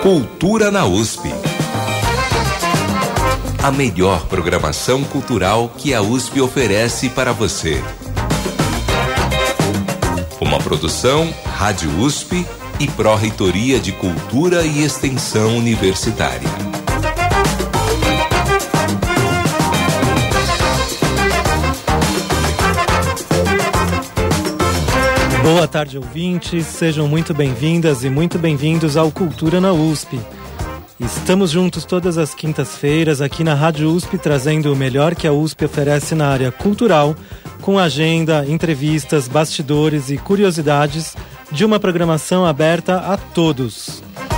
Cultura na USP. A melhor programação cultural que a USP oferece para você. Uma produção Rádio USP e Pró-Reitoria de Cultura e Extensão Universitária. Boa tarde, ouvintes. Sejam muito bem-vindas e muito bem-vindos ao Cultura na USP. Estamos juntos todas as quintas-feiras aqui na Rádio USP, trazendo o melhor que a USP oferece na área cultural, com agenda, entrevistas, bastidores e curiosidades de uma programação aberta a todos.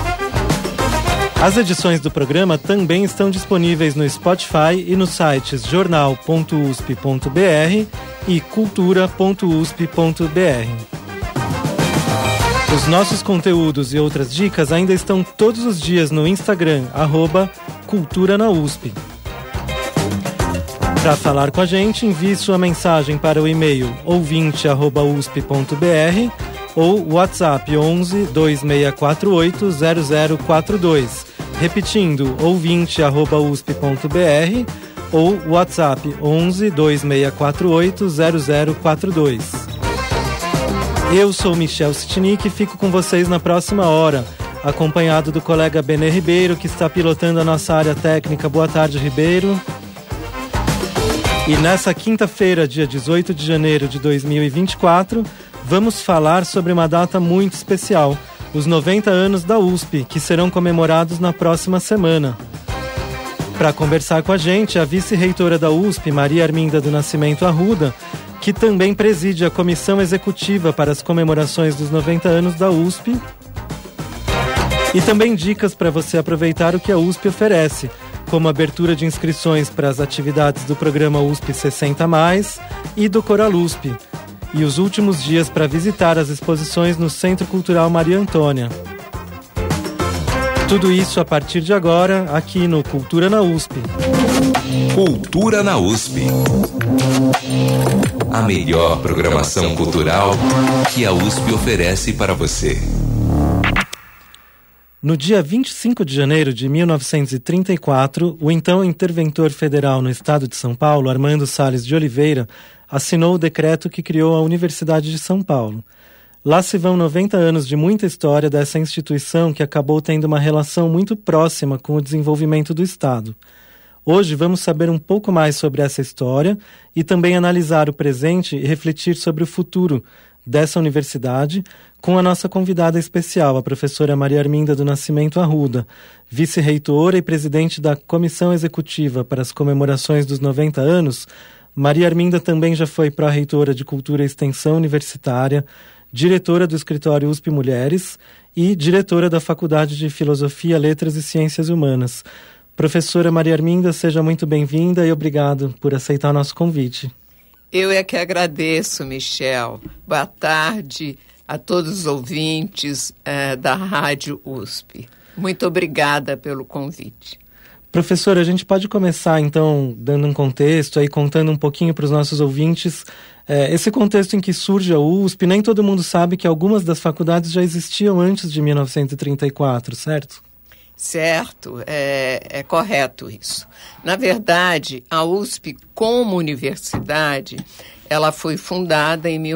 As edições do programa também estão disponíveis no Spotify e nos sites jornal.usp.br e cultura.usp.br. Os nossos conteúdos e outras dicas ainda estão todos os dias no Instagram, @culturanausp. Para falar com a gente, envie sua mensagem para o e-mail ouvinte@usp.br ou WhatsApp 11 2648 0042. Repetindo, ouvinte@usp.br ou WhatsApp 11 2648 0042. Eu sou Michel Sitnik e fico com vocês na próxima hora, acompanhado do colega Benê Ribeiro, que está pilotando a nossa área técnica. Boa tarde, Ribeiro. E nessa quinta-feira, dia 18 de janeiro de 2024, vamos falar sobre uma data muito especial, os 90 anos da USP, que serão comemorados na próxima semana. Para conversar com a gente, a vice-reitora da USP, Maria Arminda do Nascimento Arruda, que também preside a comissão executiva para as comemorações dos 90 anos da USP. E também dicas para você aproveitar o que a USP oferece, como abertura de inscrições para as atividades do programa USP 60+, e do Coral USP, e os últimos dias para visitar as exposições no Centro Cultural Maria Antônia. Tudo isso a partir de agora, aqui no Cultura na USP. Cultura na USP. A melhor programação cultural que a USP oferece para você. No dia 25 de janeiro de 1934, o então interventor federal no estado de São Paulo, Armando Salles de Oliveira, assinou o decreto que criou a Universidade de São Paulo. Lá se vão 90 anos de muita história dessa instituição que acabou tendo uma relação muito próxima com o desenvolvimento do estado. Hoje vamos saber um pouco mais sobre essa história e também analisar o presente e refletir sobre o futuro dessa universidade com a nossa convidada especial, a professora Maria Arminda do Nascimento Arruda, vice-reitora e presidente da Comissão Executiva para as comemorações dos 90 anos. Maria Arminda também já foi pró-reitora de Cultura e Extensão Universitária, diretora do Escritório USP Mulheres e diretora da Faculdade de Filosofia, Letras e Ciências Humanas. Professora Maria Arminda, seja muito bem-vinda e obrigado por aceitar o nosso convite. Eu é que agradeço, Michel. Boa tarde a todos os ouvintes da Rádio USP. Muito obrigada pelo convite. Professora, a gente pode começar, então, dando um contexto, aí contando um pouquinho para os nossos ouvintes esse contexto em que surge a USP. Nem todo mundo sabe que algumas das faculdades já existiam antes de 1934, certo? Certo, é correto isso. Na verdade, a USP, como universidade, ela foi fundada em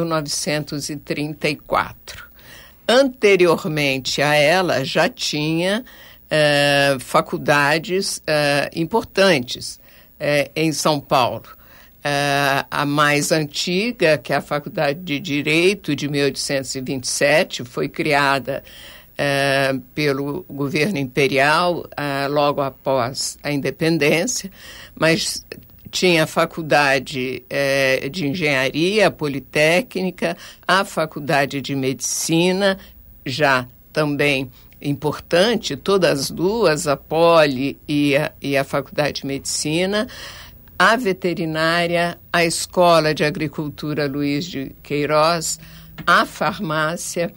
1934. Anteriormente a ela, já tinha faculdades importantes em São Paulo. A mais antiga, que é a Faculdade de Direito, de 1827, foi criada pelo governo imperial logo após a independência, mas tinha a faculdade de engenharia, a politécnica, a faculdade de medicina, já também importante, todas as duas, a Poli e a faculdade de medicina, a veterinária, a escola de agricultura Luiz de Queiroz, a farmácia,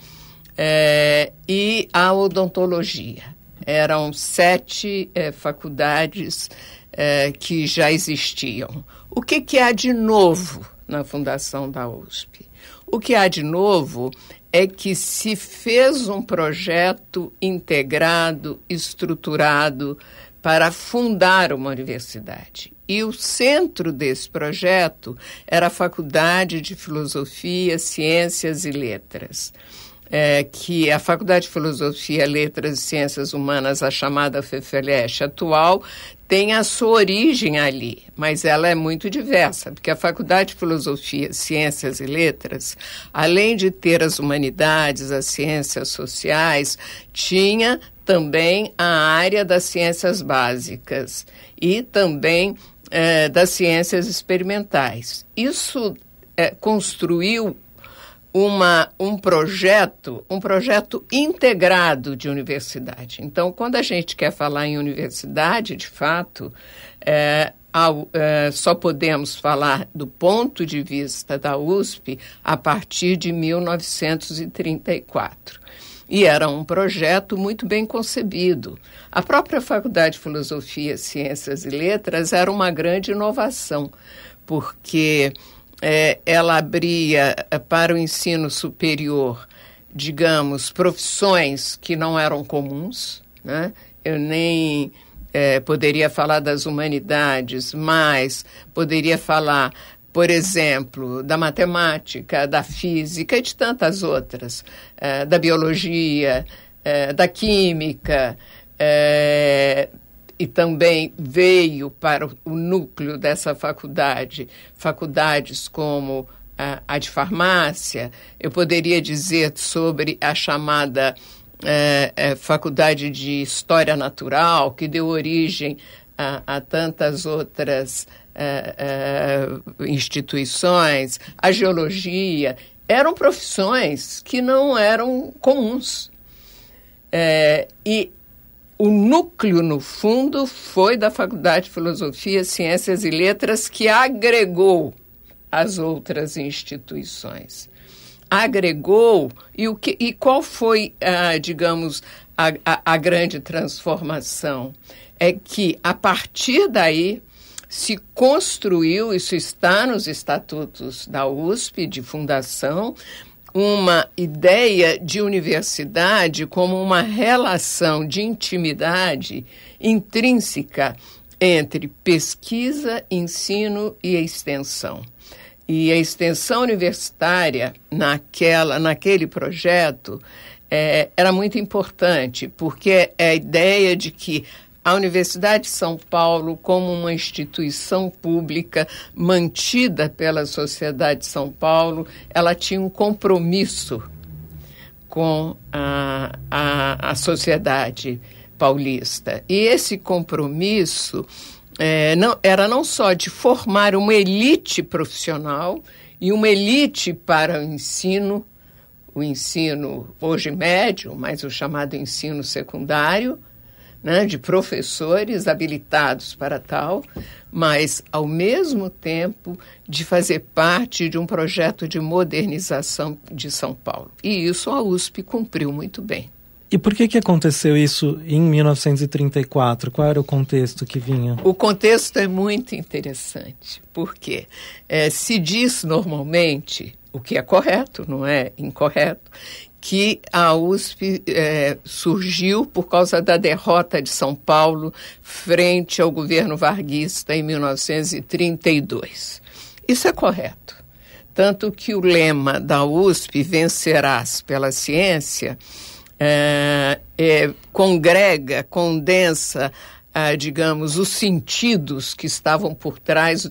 e a odontologia. Eram 7 faculdades que já existiam. O que há de novo na fundação da USP? O que há de novo é que se fez um projeto integrado, estruturado, para fundar uma universidade. E o centro desse projeto era a Faculdade de Filosofia, Ciências e Letras, que a Faculdade de Filosofia, Letras e Ciências Humanas, a chamada FEFELESH atual, tem a sua origem ali, mas ela é muito diversa, porque a Faculdade de Filosofia, Ciências e Letras, além de ter as humanidades, as ciências sociais, tinha também a área das ciências básicas e também das ciências experimentais. Isso construiu um projeto integrado de universidade. Então, quando a gente quer falar em universidade, de fato, só podemos falar do ponto de vista da USP a partir de 1934. E era um projeto muito bem concebido. A própria Faculdade de Filosofia, Ciências e Letras era uma grande inovação, porque ela abria para o ensino superior, digamos, profissões que não eram comuns, né? Eu nem poderia falar das humanidades, mas poderia falar, por exemplo, da matemática, da física e de tantas outras, da biologia, da química, e também veio para o núcleo dessa faculdade, faculdades como a de farmácia. Eu poderia dizer sobre a chamada Faculdade de História Natural, que deu origem a tantas outras instituições, a geologia. Eram profissões que não eram comuns. E o núcleo, no fundo, foi da Faculdade de Filosofia, Ciências e Letras, que agregou as outras instituições. Agregou, e qual foi, digamos, a grande transformação? É que, a partir daí, se construiu, isso está nos estatutos da USP, de fundação, uma ideia de universidade como uma relação de intimidade intrínseca entre pesquisa, ensino e extensão. E a extensão universitária, naquele projeto, era muito importante, porque é a ideia de que a Universidade de São Paulo, como uma instituição pública mantida pela sociedade de São Paulo, ela tinha um compromisso com a sociedade paulista. E esse compromisso era não só de formar uma elite profissional e uma elite para o ensino hoje médio, mas o chamado ensino secundário, né, de professores habilitados para tal, mas, ao mesmo tempo, de fazer parte de um projeto de modernização de São Paulo. E isso a USP cumpriu muito bem. E por que aconteceu isso em 1934? Qual era o contexto que vinha? O contexto é muito interessante, porque se diz normalmente, o que é correto, não é incorreto, que a USP surgiu por causa da derrota de São Paulo frente ao governo varguista em 1932. Isso é correto. Tanto que o lema da USP, Vencerás pela Ciência, condensa, digamos, os sentidos que estavam por trás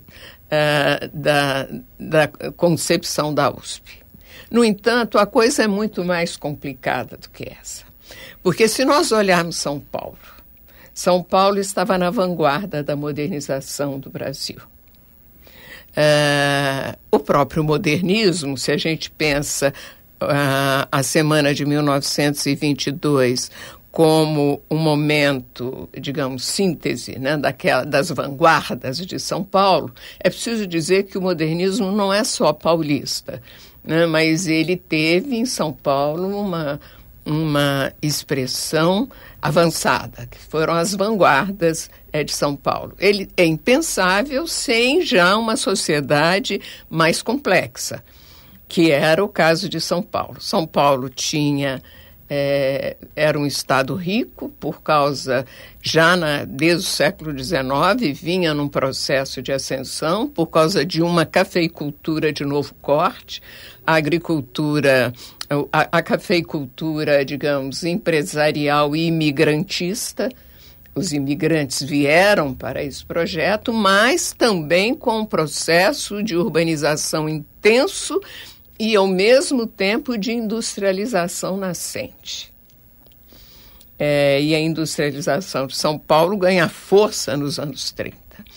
da concepção da USP. No entanto, a coisa é muito mais complicada do que essa. Porque se nós olharmos São Paulo estava na vanguarda da modernização do Brasil. O próprio modernismo, se a gente pensa a semana de 1922 como um momento, digamos, síntese, né, das vanguardas de São Paulo, é preciso dizer que o modernismo não é só paulista, né, mas ele teve em São Paulo uma expressão avançada, que foram as vanguardas de São Paulo. Ele é impensável sem já uma sociedade mais complexa, que era o caso de São Paulo. São Paulo era um estado rico, por causa, desde o século XIX, vinha num processo de ascensão, por causa de uma cafeicultura de novo corte, a agricultura, a cafeicultura, digamos, empresarial e imigrantista. Os imigrantes vieram para esse projeto, mas também com um processo de urbanização intenso e, ao mesmo tempo, de industrialização nascente. E a industrialização de São Paulo ganha força nos anos 30.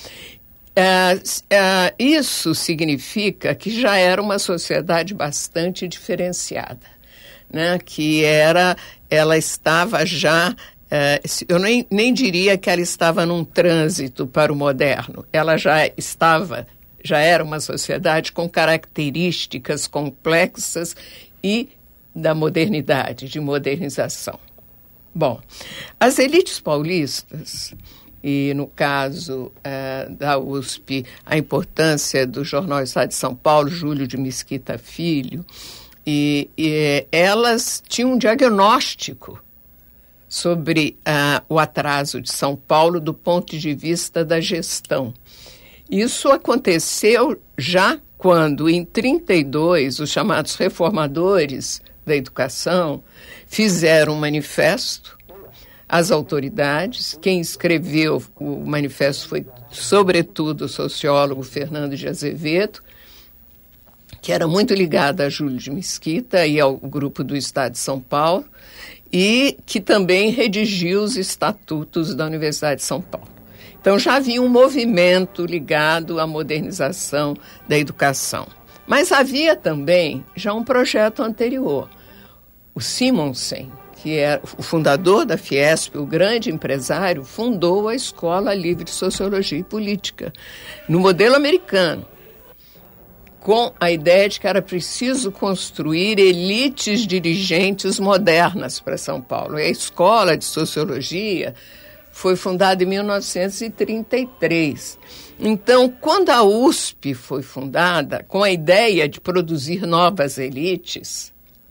Isso significa que já era uma sociedade bastante diferenciada, né? Ela estava já... eu nem diria que ela estava num trânsito para o moderno. Ela já era uma sociedade com características complexas e da modernidade, de modernização. Bom, as elites paulistas, e no caso da USP, a importância do Jornal Estado de São Paulo, Júlio de Mesquita Filho, e elas tinham um diagnóstico sobre o atraso de São Paulo do ponto de vista da gestão. Isso aconteceu já quando, em 1932, os chamados reformadores da educação fizeram um manifesto às autoridades. Quem escreveu o manifesto foi, sobretudo, o sociólogo Fernando de Azevedo, que era muito ligado a Júlio de Mesquita e ao grupo do Estado de São Paulo, e que também redigiu os estatutos da Universidade de São Paulo. Então, já havia um movimento ligado à modernização da educação. Mas havia também já um projeto anterior. O Simonsen, que é o fundador da Fiesp, o grande empresário, fundou a Escola Livre de Sociologia e Política, no modelo americano, com a ideia de que era preciso construir elites dirigentes modernas para São Paulo. E a Escola de Sociologia foi fundada em 1933. Então, quando a USP foi fundada, com a ideia de produzir novas elites,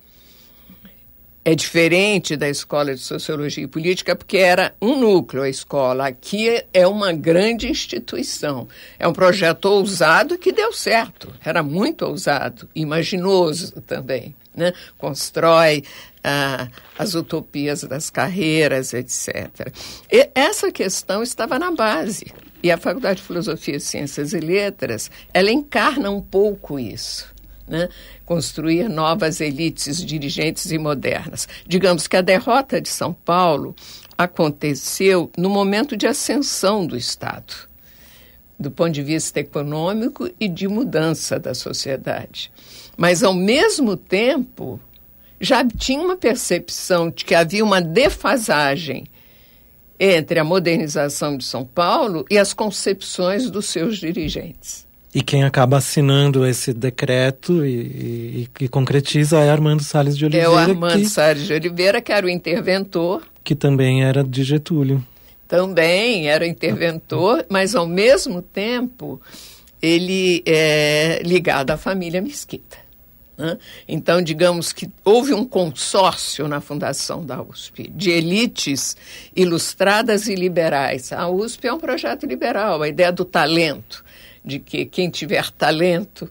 é diferente da Escola de Sociologia e Política, porque era um núcleo a escola. Aqui é uma grande instituição. É um projeto ousado que deu certo. Era muito ousado, imaginoso também, né? Constrói as utopias das carreiras, etc. E essa questão estava na base. E a Faculdade de Filosofia, Ciências e Letras, ela encarna um pouco isso, né? Construir novas elites dirigentes e modernas. Digamos que a derrota de São Paulo aconteceu no momento de ascensão do Estado, do ponto de vista econômico e de mudança da sociedade. Mas, ao mesmo tempo, já tinha uma percepção de que havia uma defasagem entre a modernização de São Paulo e as concepções dos seus dirigentes. E quem acaba assinando esse decreto e concretiza é Armando Salles de Oliveira. É o Armando Salles de Oliveira, que era o interventor. Que também era de Getúlio. Também era interventor, mas, ao mesmo tempo, ele é ligado à família Mesquita, né? Então, digamos que houve um consórcio na fundação da USP, de elites ilustradas e liberais. A USP é um projeto liberal, a ideia do talento, de que quem tiver talento,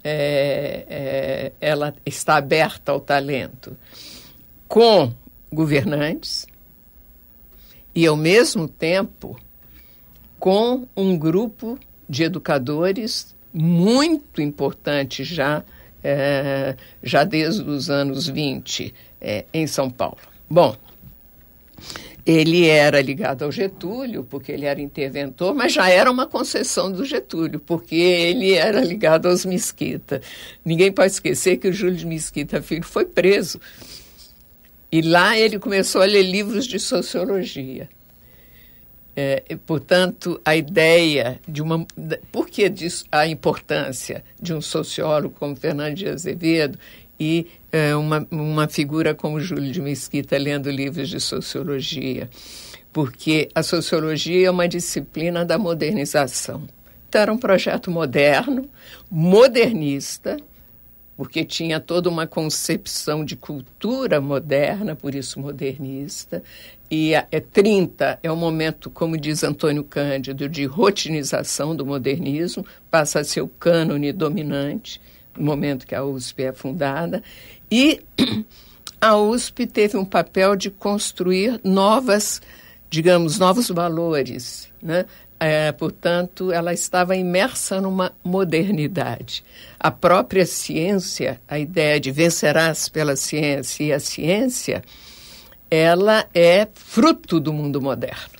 ela está aberta ao talento, com governantes e, ao mesmo tempo, com um grupo de educadores muito importante já desde os anos 20 em São Paulo. Bom, ele era ligado ao Getúlio, porque ele era interventor, mas já era uma concessão do Getúlio, porque ele era ligado aos Mesquita. Ninguém pode esquecer que o Júlio de Mesquita Filho foi preso. E lá ele começou a ler livros de sociologia. Portanto, a ideia de uma... Por que disso, a importância de um sociólogo como Fernando de Azevedo e uma figura como Júlio de Mesquita lendo livros de sociologia? Porque a sociologia é uma disciplina da modernização. Então, era um projeto moderno, modernista, porque tinha toda uma concepção de cultura moderna, por isso modernista, e 30 é o momento, como diz Antônio Cândido, de rotinização do modernismo, passa a ser o cânone dominante, no momento que a USP é fundada, e a USP teve um papel de construir novos valores, né? Portanto, ela estava imersa numa modernidade. A própria ciência, a ideia de vencerás pela ciência, e a ciência, ela é fruto do mundo moderno.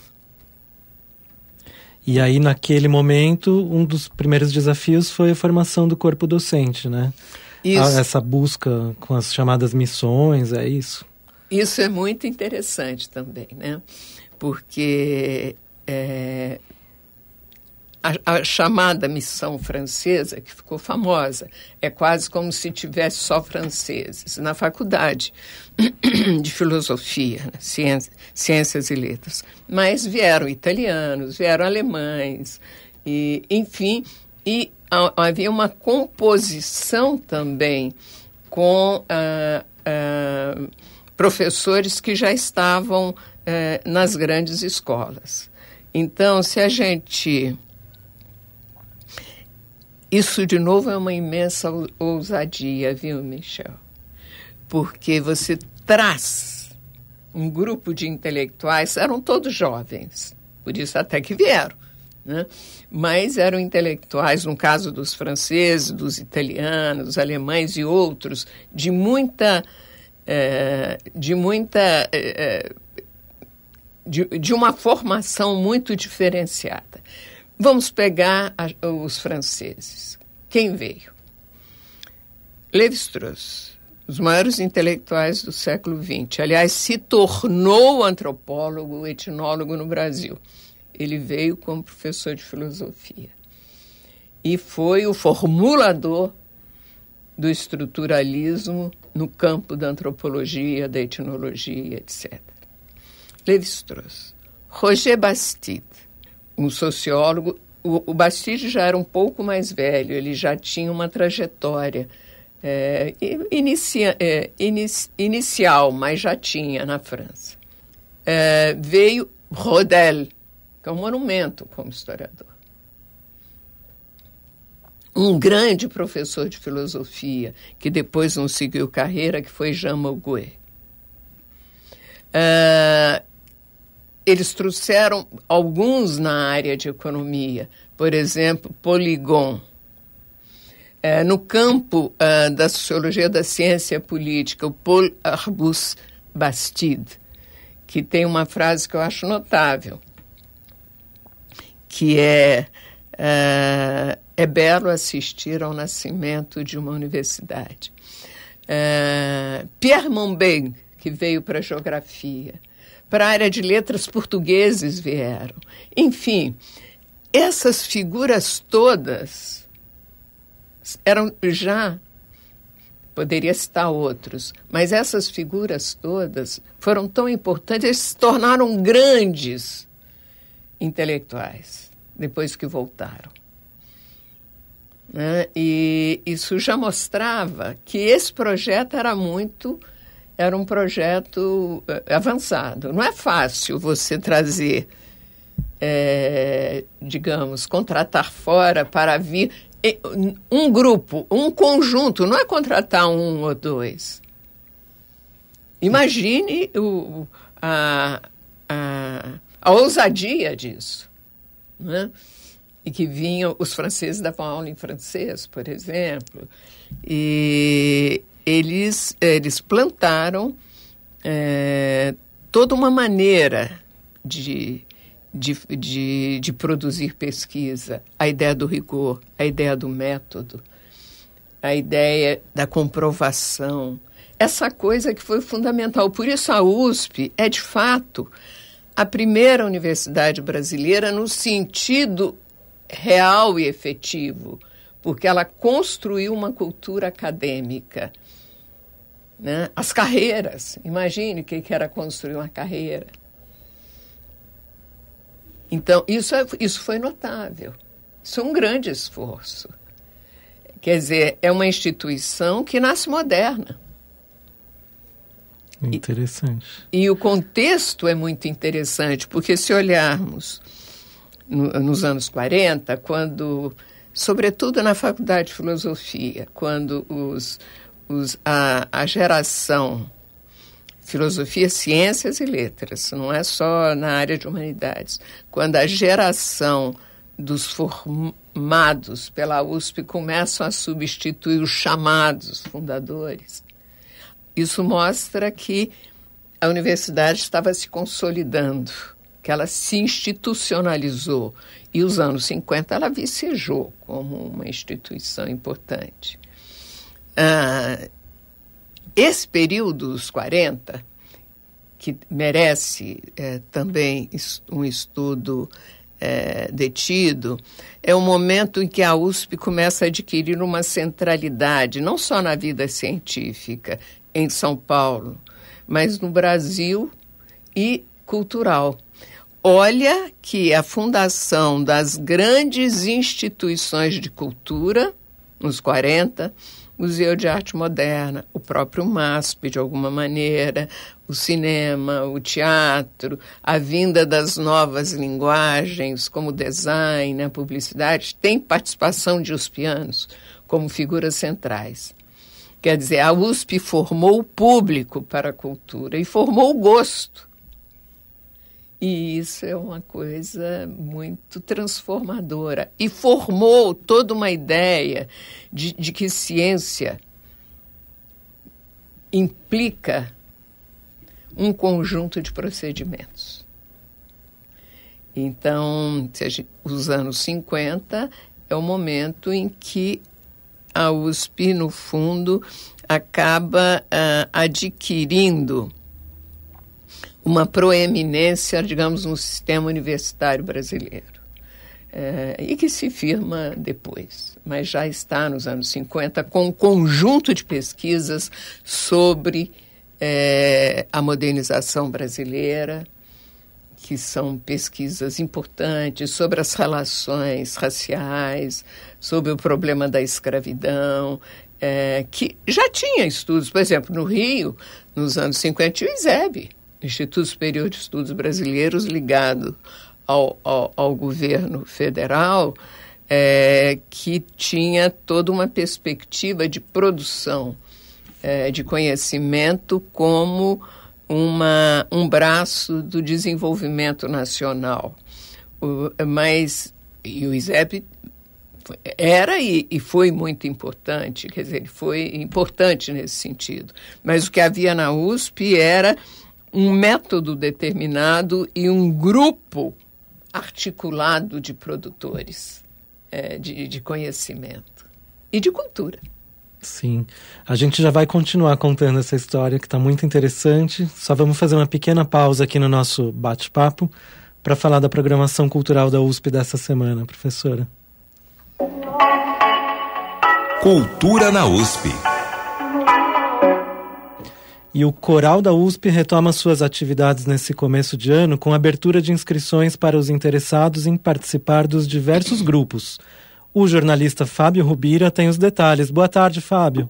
E aí, naquele momento, um dos primeiros desafios foi a formação do corpo docente, né? Isso. Essa busca com as chamadas missões, é isso? Isso é muito interessante também, né? Porque a chamada missão francesa, que ficou famosa, é quase como se tivesse só franceses na faculdade de filosofia, né? Ciências e letras. Mas vieram italianos, vieram alemães, e, enfim, e havia uma composição também com professores que já estavam nas grandes escolas. Então, se a gente... Isso, de novo, é uma imensa ousadia, viu, Michel? Porque você traz um grupo de intelectuais, eram todos jovens, por isso até que vieram, né? Mas eram intelectuais, no caso dos franceses, dos italianos, dos alemães e outros, de uma formação muito diferenciada. Vamos pegar os franceses. Quem veio? Lévi-Strauss, os maiores intelectuais do século XX. Aliás, se tornou antropólogo, etnólogo no Brasil. Ele veio como professor de filosofia. E foi o formulador do estruturalismo no campo da antropologia, da etnologia, etc. Lévi-Strauss. Roger Bastide, um sociólogo. O Bastide já era um pouco mais velho, ele já tinha uma trajetória inicial, mas já tinha na França. Veio Rodel, que é um monumento como historiador. Um grande professor de filosofia, que depois não seguiu carreira, que foi Jean Monnet. Eles trouxeram alguns na área de economia, por exemplo, Polygon. No campo da sociologia da ciência política, o Paul Arbus Bastide, que tem uma frase que eu acho notável, que é belo assistir ao nascimento de uma universidade. Pierre Monbeg, que veio para a geografia. Para a área de letras, portugueses vieram. Enfim, essas figuras todas eram já, poderia citar outros, mas essas figuras todas foram tão importantes, eles se tornaram grandes intelectuais depois que voltaram. Né? E isso já mostrava que esse projeto era um projeto avançado. Não é fácil você trazer, contratar fora para vir um grupo, um conjunto, não é contratar um ou dois. Imagine a ousadia disso, né? E que vinham, os franceses davam aula em francês, por exemplo, e eles plantaram toda uma maneira de produzir pesquisa, a ideia do rigor, a ideia do método, a ideia da comprovação, essa coisa que foi fundamental. Por isso a USP é, de fato, a primeira universidade brasileira no sentido real e efetivo, porque ela construiu uma cultura acadêmica. Né? As carreiras, imagine o que era construir uma carreira. Então, isso foi notável. Isso é um grande esforço. Quer dizer, é uma instituição que nasce moderna. Interessante. E o contexto é muito interessante, porque se olharmos nos anos 40, quando, sobretudo na Faculdade de Filosofia, quando a geração Filosofia, Ciências e Letras, não é só na área de humanidades, quando a geração dos formados pela USP começam a substituir os chamados fundadores, isso mostra que a universidade estava se consolidando, que ela se institucionalizou. E os anos 50 ela vicejou como uma instituição importante. Esse período dos 40, que merece também um estudo detido, é um momento em que a USP começa a adquirir uma centralidade, não só na vida científica, em São Paulo, mas no Brasil e cultural. Olha que a fundação das grandes instituições de cultura, nos 40, Museu de Arte Moderna, o próprio MASP, de alguma maneira, o cinema, o teatro, a vinda das novas linguagens, como o design, a publicidade, tem participação de uspianos como figuras centrais. Quer dizer, a USP formou o público para a cultura e formou o gosto. E isso é uma coisa muito transformadora. E formou toda uma ideia de que ciência implica um conjunto de procedimentos. Então, os anos 50 é o momento em que a USP, no fundo, acaba adquirindo uma proeminência, digamos, no sistema universitário brasileiro, e que se firma depois, mas já está nos anos 50 com um conjunto de pesquisas sobre a modernização brasileira, que são pesquisas importantes sobre as relações raciais, sobre o problema da escravidão, que já tinha estudos, por exemplo, no Rio, nos anos 50, o ISEB, Instituto Superior de Estudos Brasileiros, ligado ao governo federal, que tinha toda uma perspectiva de produção de conhecimento como um braço do desenvolvimento nacional. E o ISEB era e foi muito importante, quer dizer, ele foi importante nesse sentido. Mas o que havia na USP era um método determinado e um grupo articulado de produtores de conhecimento e de cultura. Sim, a gente já vai continuar contando essa história que está muito interessante. Só vamos fazer uma pequena pausa aqui no nosso bate-papo para falar da programação cultural da USP dessa semana, professora. Cultura na USP. E o Coral da USP retoma suas atividades nesse começo de ano com abertura de inscrições para os interessados em participar dos diversos grupos. O jornalista Fábio Rubira tem os detalhes. Boa tarde, Fábio.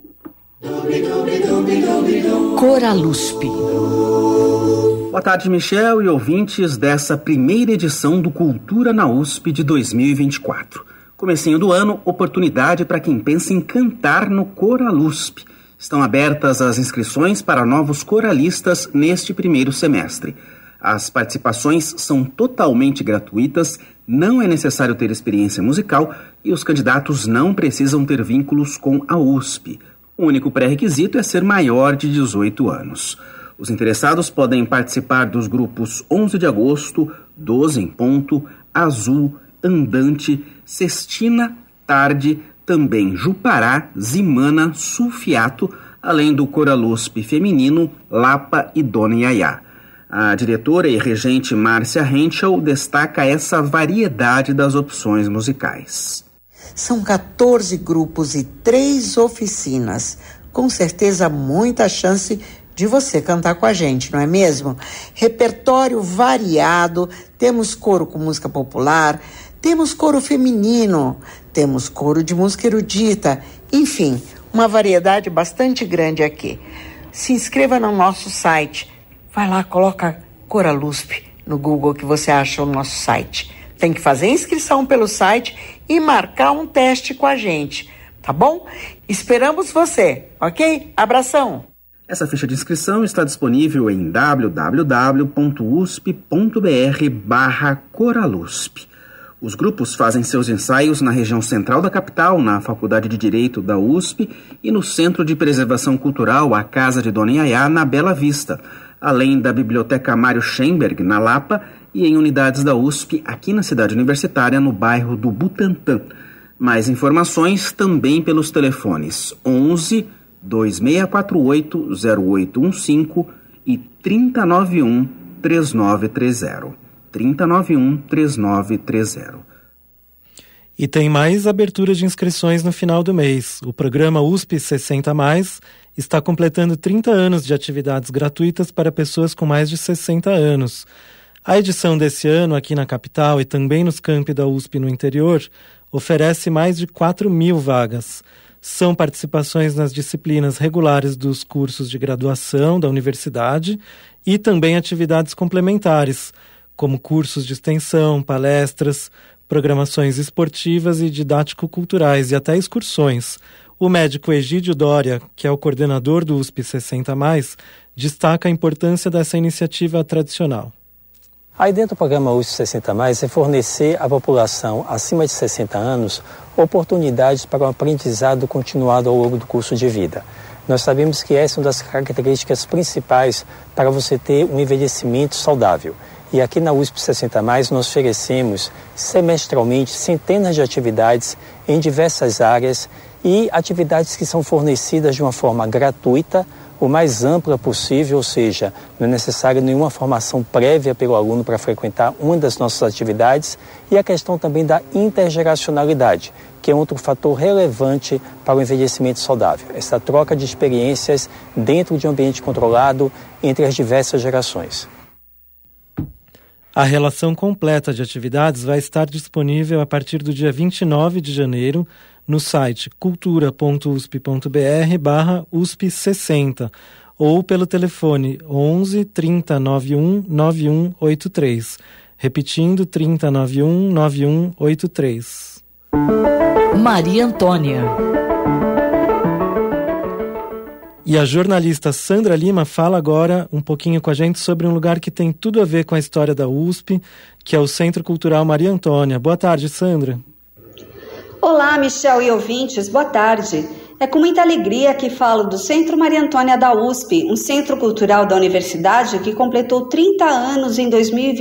Coralusp. Boa tarde, Michel e ouvintes dessa primeira edição do Cultura na USP de 2024. Comecinho do ano, oportunidade para quem pensa em cantar no Coralusp. Estão abertas as inscrições para novos coralistas neste primeiro semestre. As participações são totalmente gratuitas, não é necessário ter experiência musical e os candidatos não precisam ter vínculos com a USP. O único pré-requisito é ser maior de 18 anos. Os interessados podem participar dos grupos 11 de agosto, 12 em ponto, Azul, Andante, Cestina, Tarde, também Jupará, Zimana, Sulfiato, além do Coralusp feminino, Lapa e Dona Yaya. A diretora e regente Márcia Henschel destaca essa variedade das opções musicais. São 14 grupos e 3 oficinas. Com certeza, muita chance de você cantar com a gente, não é mesmo? Repertório variado, temos coro com música popular, temos coro feminino, temos coro de música erudita, enfim, uma variedade bastante grande aqui. Se inscreva no nosso site. Vai lá, coloca Coralusp no Google que você acha o nosso site. Tem que fazer inscrição pelo site e marcar um teste com a gente, tá bom? Esperamos você, ok? Abração! Essa ficha de inscrição está disponível em www.usp.br/Coralusp. Os grupos fazem seus ensaios na região central da capital, na Faculdade de Direito da USP e no Centro de Preservação Cultural, a Casa de Dona Yayá, na Bela Vista, além da Biblioteca Mário Schemberg, na Lapa, e em unidades da USP, aqui na cidade universitária, no bairro do Butantã. Mais informações também pelos telefones 11 2648 0815 e 3091 3930. 3091 3930. E tem mais abertura de inscrições no final do mês. O programa USP 60+, está completando 30 anos de atividades gratuitas para pessoas com mais de 60 anos. A edição desse ano, aqui na capital e também nos campi da USP no interior, oferece mais de 4.000 vagas. São participações nas disciplinas regulares dos cursos de graduação da universidade e também atividades complementares, como cursos de extensão, palestras, programações esportivas e didático-culturais e até excursões. O médico Egídio Dória, que é o coordenador do USP 60+, destaca a importância dessa iniciativa tradicional. A ideia do programa USP 60+, é fornecer à população acima de 60 anos oportunidades para um aprendizado continuado ao longo do curso de vida. Nós sabemos que essa é uma das características principais para você ter um envelhecimento saudável. E aqui na USP 60+, nós oferecemos semestralmente centenas de atividades em diversas áreas e atividades que são fornecidas de uma forma gratuita, o mais ampla possível, ou seja, não é necessário nenhuma formação prévia pelo aluno para frequentar uma das nossas atividades, e a questão também da intergeracionalidade, que é outro fator relevante para o envelhecimento saudável. Essa troca de experiências dentro de um ambiente controlado entre as diversas gerações. A relação completa de atividades vai estar disponível a partir do dia 29 de janeiro no site cultura.usp.br/USP60 ou pelo telefone 11 30 91 9183. Repetindo, 30 91 9183. Maria Antônia. E a jornalista Sandra Lima fala agora um pouquinho com a gente sobre um lugar que tem tudo a ver com a história da USP, que é o Centro Cultural Maria Antônia. Boa tarde, Sandra. Olá, Michel e ouvintes, boa tarde. É com muita alegria que falo do Centro Maria Antônia da USP, um centro cultural da universidade que completou 30 anos em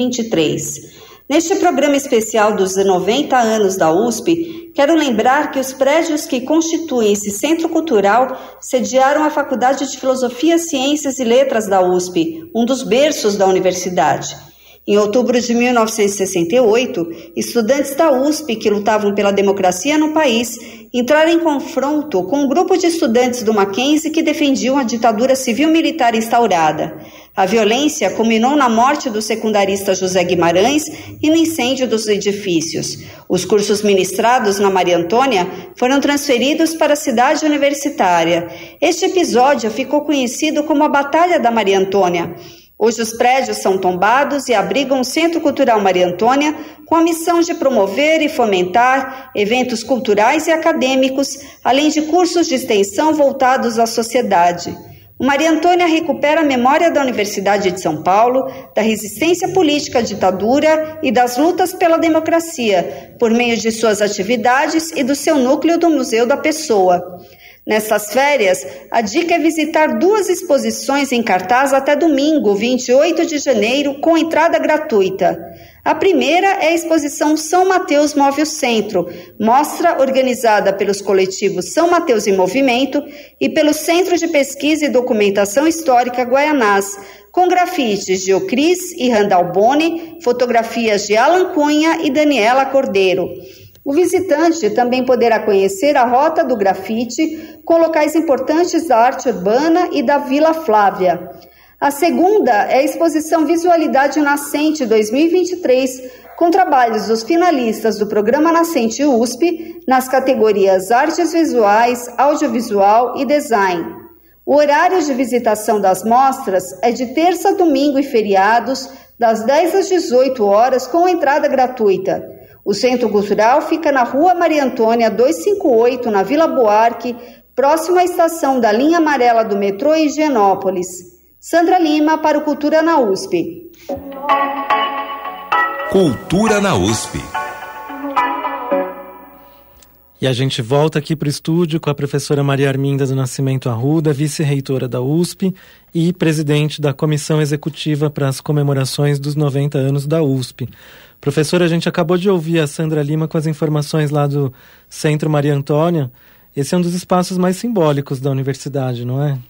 2023. Neste programa especial dos 90 anos da USP, quero lembrar que os prédios que constituem esse centro cultural sediaram a Faculdade de Filosofia, Ciências e Letras da USP, um dos berços da universidade. Em outubro de 1968, estudantes da USP que lutavam pela democracia no país entraram em confronto com um grupo de estudantes do Mackenzie que defendiam a ditadura civil-militar instaurada. A violência culminou na morte do secundarista José Guimarães e no incêndio dos edifícios. Os cursos ministrados na Maria Antônia foram transferidos para a cidade universitária. Este episódio ficou conhecido como a Batalha da Maria Antônia. Hoje os prédios são tombados e abrigam o Centro Cultural Maria Antônia com a missão de promover e fomentar eventos culturais e acadêmicos, além de cursos de extensão voltados à sociedade. O Maria Antônia recupera a memória da Universidade de São Paulo, da resistência política à ditadura e das lutas pela democracia, por meio de suas atividades e do seu núcleo do Museu da Pessoa. Nestas férias, a dica é visitar 2 exposições em cartaz até domingo, 28 de janeiro, com entrada gratuita. A primeira é a exposição São Mateus Move o Centro, mostra organizada pelos coletivos São Mateus em Movimento e pelo Centro de Pesquisa e Documentação Histórica Guaianás, com grafites de Ocris e Randall Boni, fotografias de Alan Cunha e Daniela Cordeiro. O visitante também poderá conhecer a Rota do Grafite, com locais importantes da arte urbana e da Vila Flávia. A segunda é a exposição Visualidade Nascente 2023, com trabalhos dos finalistas do Programa Nascente USP nas categorias Artes Visuais, Audiovisual e Design. O horário de visitação das mostras é de terça, domingo e feriados, das 10 às 18 horas, com entrada gratuita. O Centro Cultural fica na Rua Maria Antônia 258, na Vila Buarque, próximo à estação da linha amarela do metrô Higienópolis. Sandra Lima para o Cultura na USP. Cultura na USP. E a gente volta aqui para o estúdio com a professora Maria Arminda do Nascimento Arruda, vice-reitora da USP e presidente da Comissão Executiva para as comemorações dos 90 anos da USP. Professora, a gente acabou de ouvir a Sandra Lima com as informações lá do Centro Maria Antônia. Esse é um dos espaços mais simbólicos da universidade, não é?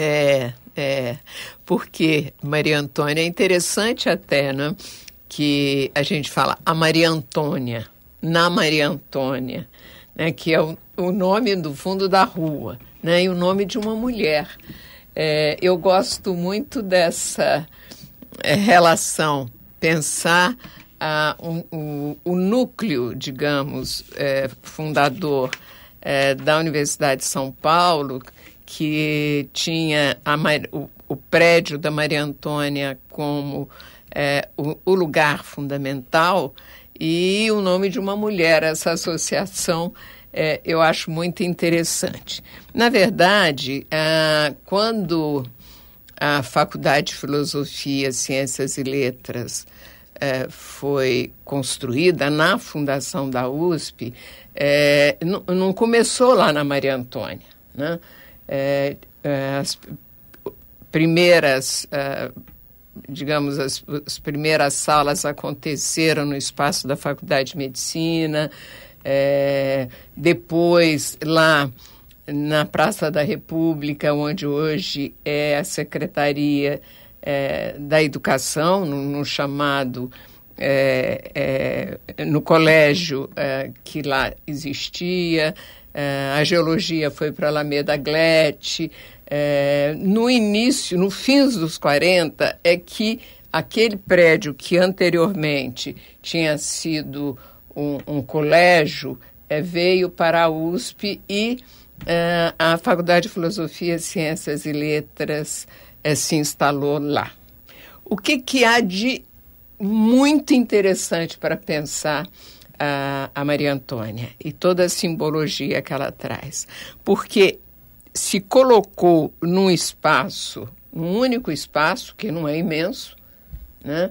Porque Maria Antônia é interessante até, né? Que a gente fala a Maria Antônia, na Maria Antônia, né, que é o nome do fundo da rua, né, e o nome de uma mulher. Eu gosto muito dessa relação, pensar o núcleo, digamos, fundador da Universidade de São Paulo, que tinha o prédio da Maria Antônia como o lugar fundamental, e o nome de uma mulher. Essa associação eu acho muito interessante. Na verdade, quando a Faculdade de Filosofia, Ciências e Letras foi construída na fundação da USP, não começou lá na Maria Antônia, né? As primeiras... digamos, as primeiras salas aconteceram no espaço da Faculdade de Medicina, depois lá na Praça da República, onde hoje é a Secretaria da Educação, no chamado, no colégio que lá existia. A Geologia foi para a Alameda Glete. No início, no fim dos 40, é que aquele prédio que anteriormente tinha sido um colégio veio para a USP e a Faculdade de Filosofia, Ciências e Letras se instalou lá. O que há de muito interessante para pensar a Maria Antônia e toda a simbologia que ela traz? Porque se colocou num espaço, um único espaço, que não é imenso, né?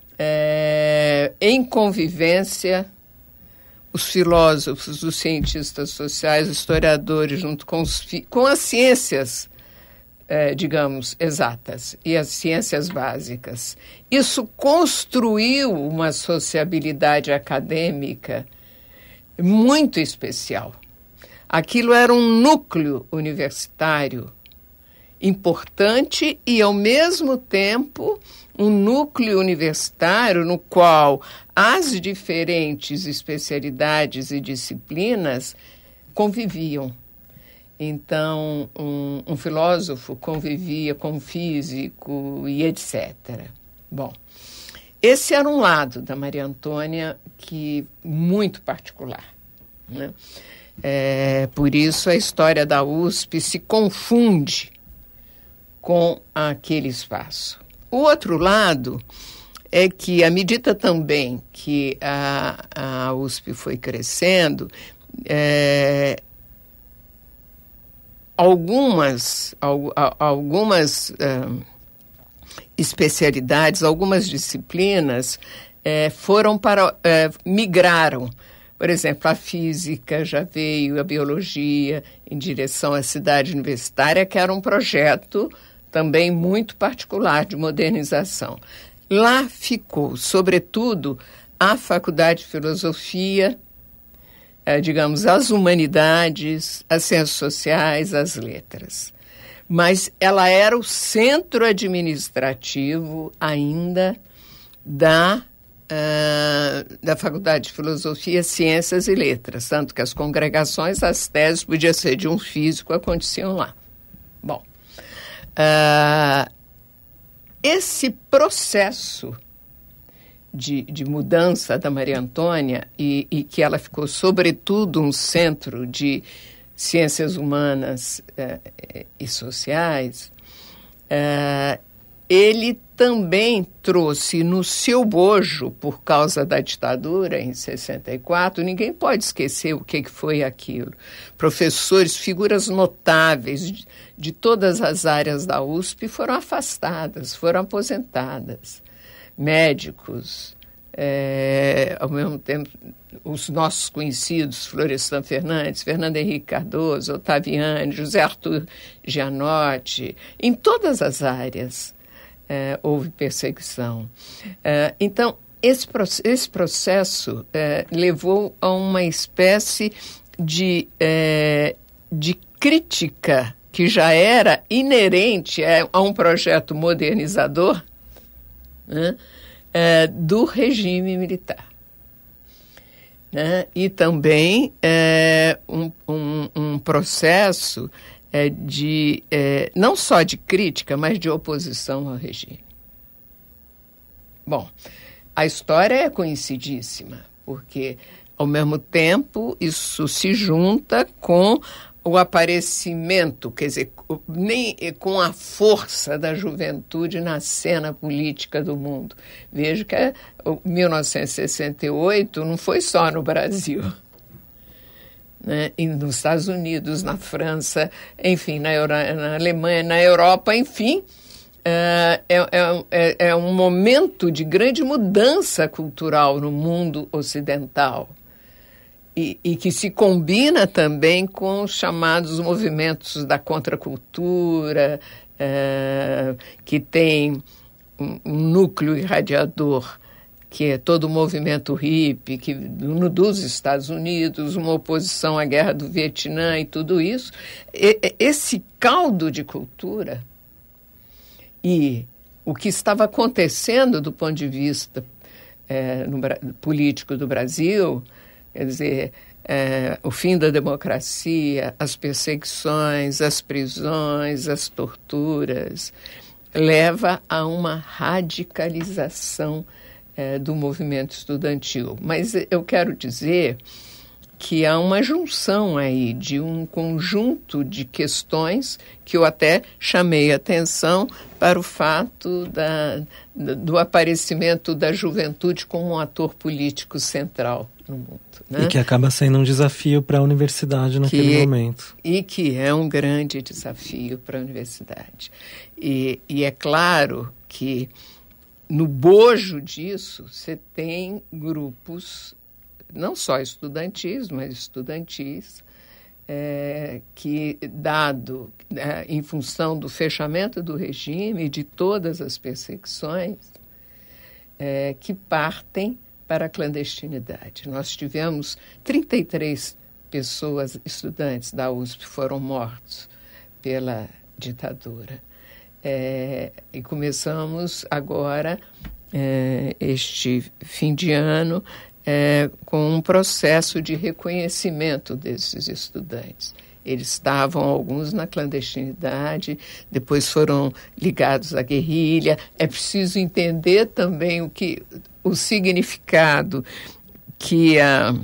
Em convivência, os filósofos, os cientistas sociais, os historiadores, junto com as ciências, digamos, exatas e as ciências básicas. Isso construiu uma sociabilidade acadêmica muito especial. Aquilo era um núcleo universitário importante e, ao mesmo tempo, um núcleo universitário no qual as diferentes especialidades e disciplinas conviviam. Então, um filósofo convivia com um físico e etc. Bom, esse era um lado da Maria Antônia que muito particular, né? Por isso a história da USP se confunde com aquele espaço. O outro lado é que, à medida também que a USP foi crescendo, algumas especialidades, algumas disciplinas migraram. Por exemplo, a física já veio, a biologia, em direção à cidade universitária, que era um projeto também muito particular de modernização. Lá ficou, sobretudo, a Faculdade de Filosofia, digamos, as humanidades, as ciências sociais, as letras. Mas ela era o centro administrativo ainda da Faculdade de Filosofia, Ciências e Letras, tanto que as congregações, as teses, podia ser de um físico, aconteciam lá. Bom, esse processo de mudança da Maria Antônia e que ela ficou, sobretudo, um centro de ciências humanas e sociais, ele também trouxe no seu bojo, por causa da ditadura em 64, ninguém pode esquecer o que foi aquilo. Professores, figuras notáveis de todas as áreas da USP foram afastadas, foram aposentadas. Médicos, ao mesmo tempo, os nossos conhecidos, Florestan Fernandes, Fernando Henrique Cardoso, Ottaviani, José Arthur Gianotti, em todas as áreas houve perseguição. Então, esse processo levou a uma espécie de crítica que já era inerente a um projeto modernizador, né, do regime militar. Né? E também um processo não só de crítica, mas de oposição ao regime. Bom, a história é conhecidíssima, porque, ao mesmo tempo, isso se junta com o aparecimento, quer dizer, nem com a força da juventude na cena política do mundo. Vejo que 1968 não foi só no Brasil, né? E nos Estados Unidos, na França, enfim, na Alemanha, na Europa, enfim, é um momento de grande mudança cultural no mundo ocidental. E que se combina também com os chamados movimentos da contracultura, que tem um núcleo irradiador, que é todo o movimento hippie, dos Estados Unidos, uma oposição à guerra do Vietnã e tudo isso. Esse caldo de cultura e o que estava acontecendo do ponto de vista político do Brasil, quer dizer, o fim da democracia, as perseguições, as prisões, as torturas, leva a uma radicalização do movimento estudantil. Mas eu quero dizer que há uma junção aí de um conjunto de questões que eu até chamei a atenção para o fato do aparecimento da juventude como um ator político central no mundo. Né? E que acaba sendo um desafio para a universidade naquele momento. E que é um grande desafio para a universidade. E é claro que no bojo disso você tem grupos, não só estudantis, mas estudantis, que, em função do fechamento do regime, de todas as perseguições, que partem para a clandestinidade. Nós tivemos 33 pessoas, estudantes da USP, foram mortos pela ditadura. E começamos agora, este fim de ano, com um processo de reconhecimento desses estudantes. Eles estavam, alguns, na clandestinidade, depois foram ligados à guerrilha. É preciso entender também o significado que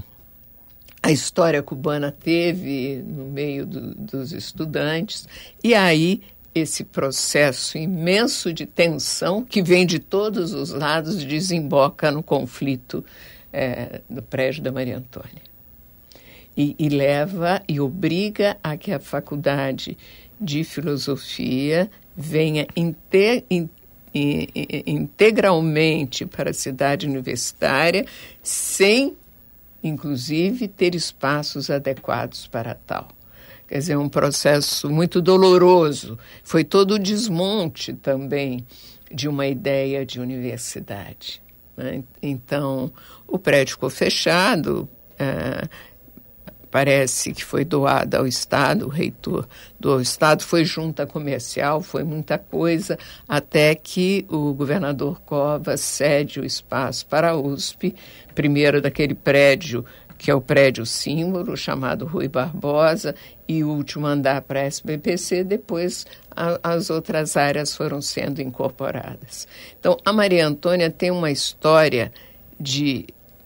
a história cubana teve no meio dos estudantes. E aí, esse processo imenso de tensão, que vem de todos os lados, desemboca no conflito do prédio da Maria Antônia. E leva e obriga a que a Faculdade de Filosofia venha integralmente para a cidade universitária, sem, inclusive, ter espaços adequados para tal. Quer dizer, é um processo muito doloroso. Foi todo o desmonte também de uma ideia de universidade, né? Então, o prédio ficou fechado, parece que foi doado ao Estado, o reitor do Estado, foi junta comercial, foi muita coisa, até que o governador Covas cede o espaço para a USP, primeiro daquele prédio que é o prédio símbolo, chamado Rui Barbosa, e o último andar para a SBPC. Depois as outras áreas foram sendo incorporadas. Então, a Maria Antônia tem uma história de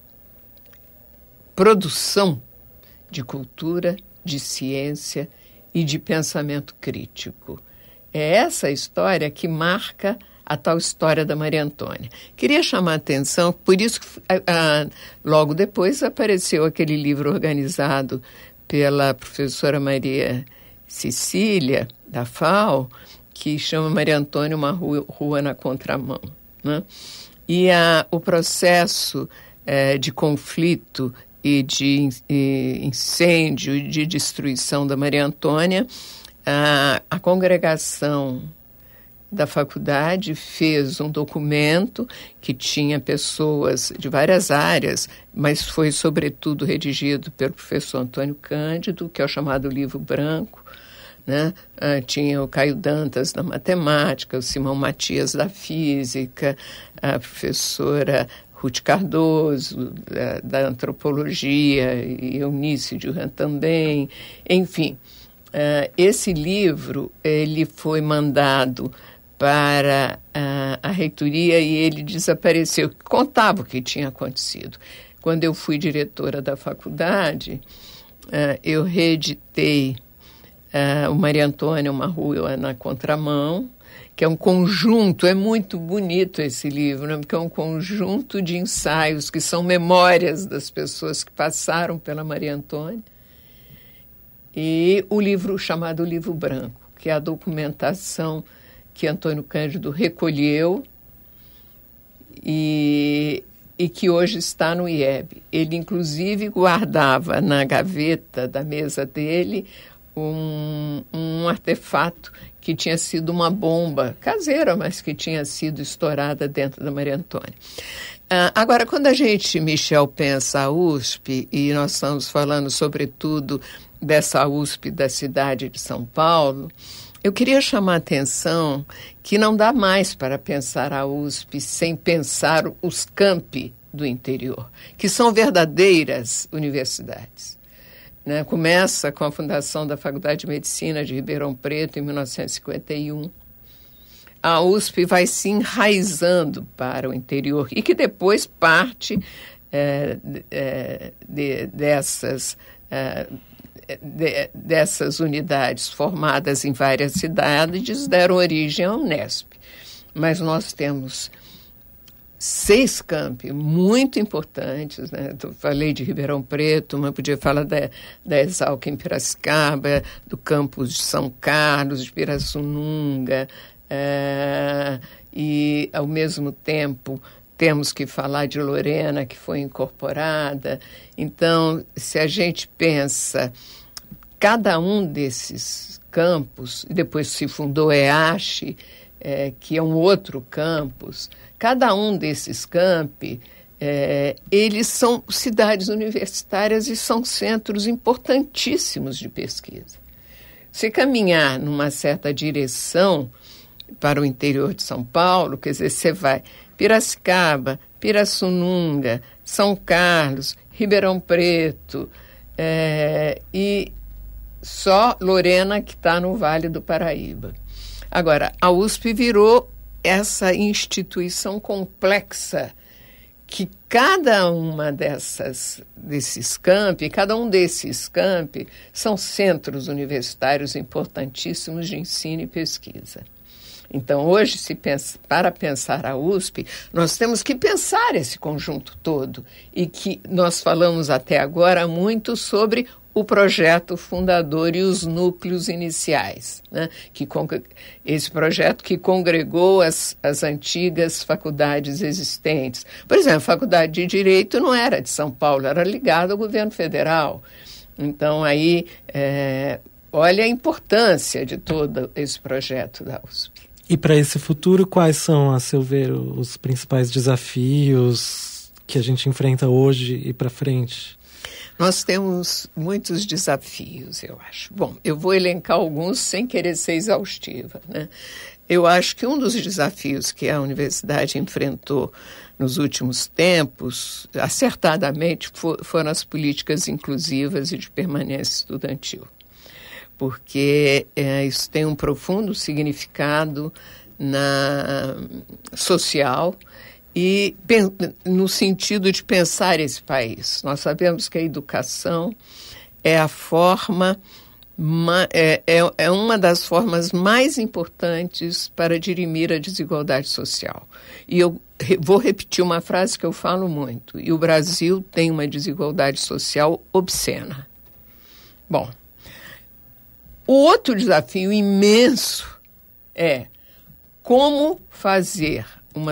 produção de cultura, de ciência e de pensamento crítico. É essa história que marca a tal história da Maria Antônia. Queria chamar a atenção, por isso que logo depois apareceu aquele livro organizado pela professora Maria Cecília, da FAO, que chama Maria Antônia, uma rua na contramão, né? E o processo de conflito e de incêndio e de destruição da Maria Antônia, a congregação da faculdade fez um documento que tinha pessoas de várias áreas, mas foi sobretudo redigido pelo professor Antônio Cândido, que é o chamado Livro Branco, né? Tinha o Caio Dantas da matemática, o Simão Matias da física, a professora Ruth Cardoso da antropologia, e Eunice Duran também, enfim. Esse livro ele foi mandado para a reitoria e ele desapareceu. Contava o que tinha acontecido. Quando eu fui diretora da faculdade, eu reeditei o Maria Antônia, uma rua na contramão, que é um conjunto, é muito bonito esse livro, né? Porque é um conjunto de ensaios que são memórias das pessoas que passaram pela Maria Antônia. E o livro chamado Livro Branco, que é a documentação que Antônio Cândido recolheu e que hoje está no IEB. Ele, inclusive, guardava na gaveta da mesa dele um artefato que tinha sido uma bomba caseira, mas que tinha sido estourada dentro da Maria Antônia. Agora, quando a gente, Michel, pensa a USP, e nós estamos falando, sobretudo, dessa USP da cidade de São Paulo, eu queria chamar a atenção que não dá mais para pensar a USP sem pensar os campi do interior, que são verdadeiras universidades, né? Começa com a fundação da Faculdade de Medicina de Ribeirão Preto, em 1951. A USP vai se enraizando para o interior e que depois parte dessas unidades formadas em várias cidades deram origem à Unesp. Mas nós temos 6 campi muito importantes, né? Eu falei de Ribeirão Preto, mas podia falar da Exalc em Piracicaba, do campus de São Carlos, de Pirassununga, e, ao mesmo tempo, temos que falar de Lorena, que foi incorporada. Então, se a gente pensa, cada um desses campos, depois se fundou EASH, que é um outro campus, cada um desses campi, eles são cidades universitárias e são centros importantíssimos de pesquisa. Se caminhar numa certa direção para o interior de São Paulo, quer dizer, você vai Piracicaba, Pirassununga, São Carlos, Ribeirão Preto, e só Lorena, que está no Vale do Paraíba. Agora, a USP virou essa instituição complexa que cada uma desses campi, cada um desses campi, são centros universitários importantíssimos de ensino e pesquisa. Então, hoje, para pensar a USP, nós temos que pensar esse conjunto todo e que nós falamos até agora muito sobre o projeto fundador e os núcleos iniciais, né? Esse projeto que congregou as antigas faculdades existentes. Por exemplo, a Faculdade de Direito não era de São Paulo, era ligada ao governo federal. Então, aí, olha a importância de todo esse projeto da USP. E para esse futuro, quais são, a seu ver, os principais desafios que a gente enfrenta hoje e para frente? Nós temos muitos desafios, eu acho. Bom, eu vou elencar alguns sem querer ser exaustiva, né? Eu acho que um dos desafios que a universidade enfrentou nos últimos tempos, acertadamente, foram as políticas inclusivas e de permanência estudantil. Porque isso tem um profundo significado social e no sentido de pensar esse país. Nós sabemos que a educação é a forma, é uma das formas mais importantes para dirimir a desigualdade social. E eu vou repetir uma frase que eu falo muito. E o Brasil tem uma desigualdade social obscena. Bom, o outro desafio imenso é como fazer uma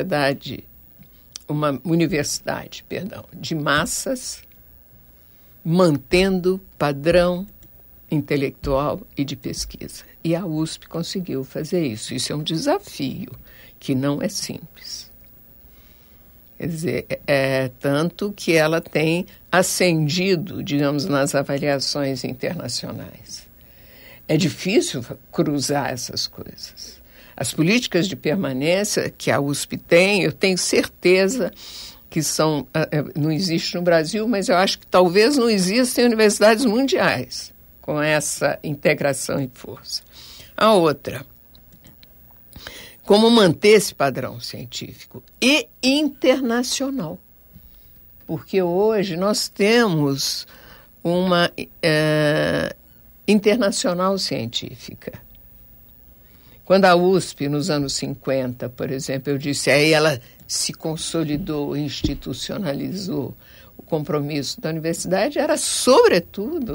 universidade, de massas, mantendo padrão intelectual e de pesquisa. E a USP conseguiu fazer isso. Isso é um desafio que não é simples. Quer dizer, tanto que ela tem ascendido, digamos, nas avaliações internacionais. É difícil cruzar essas coisas. As políticas de permanência que a USP tem, eu tenho certeza que não existe no Brasil, mas eu acho que talvez não existam universidades mundiais com essa integração em força. A outra, como manter esse padrão científico e internacional. Porque hoje nós temos uma internacional científica. Quando a USP, nos anos 50, por exemplo, eu disse, aí ela se consolidou, institucionalizou o compromisso da universidade, era, sobretudo,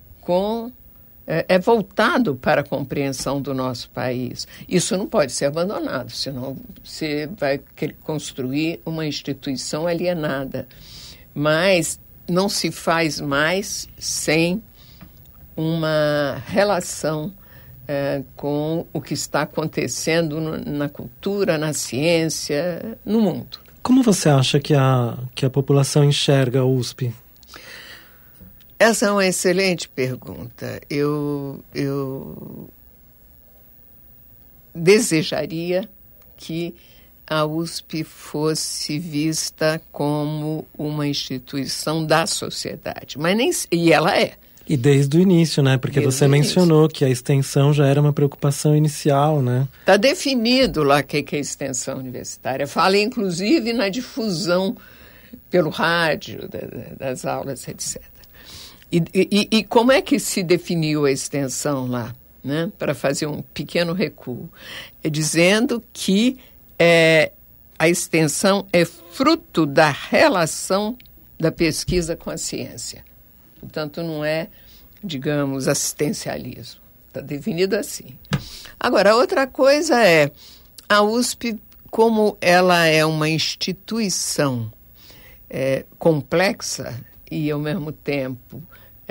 voltado para a compreensão do nosso país. Isso não pode ser abandonado, senão você vai construir uma instituição alienada. Mas não se faz mais sem uma relação com o que está acontecendo na cultura, na ciência, no mundo. Como você acha que a população enxerga a USP? Essa é uma excelente pergunta. Eu desejaria que a USP fosse vista como uma instituição da sociedade, e ela é. E desde o início, né? Porque você mencionou que a extensão já era uma preocupação inicial, né? Está definido lá o que é extensão universitária. Fala, inclusive, na difusão pelo rádio, das aulas, etc. E como é que se definiu a extensão lá, né? Para fazer um pequeno recuo. Dizendo que a extensão é fruto da relação da pesquisa com a ciência. Portanto, não é, digamos, assistencialismo. Está definido assim. Agora, outra coisa a USP, como ela é uma instituição complexa e, ao mesmo tempo,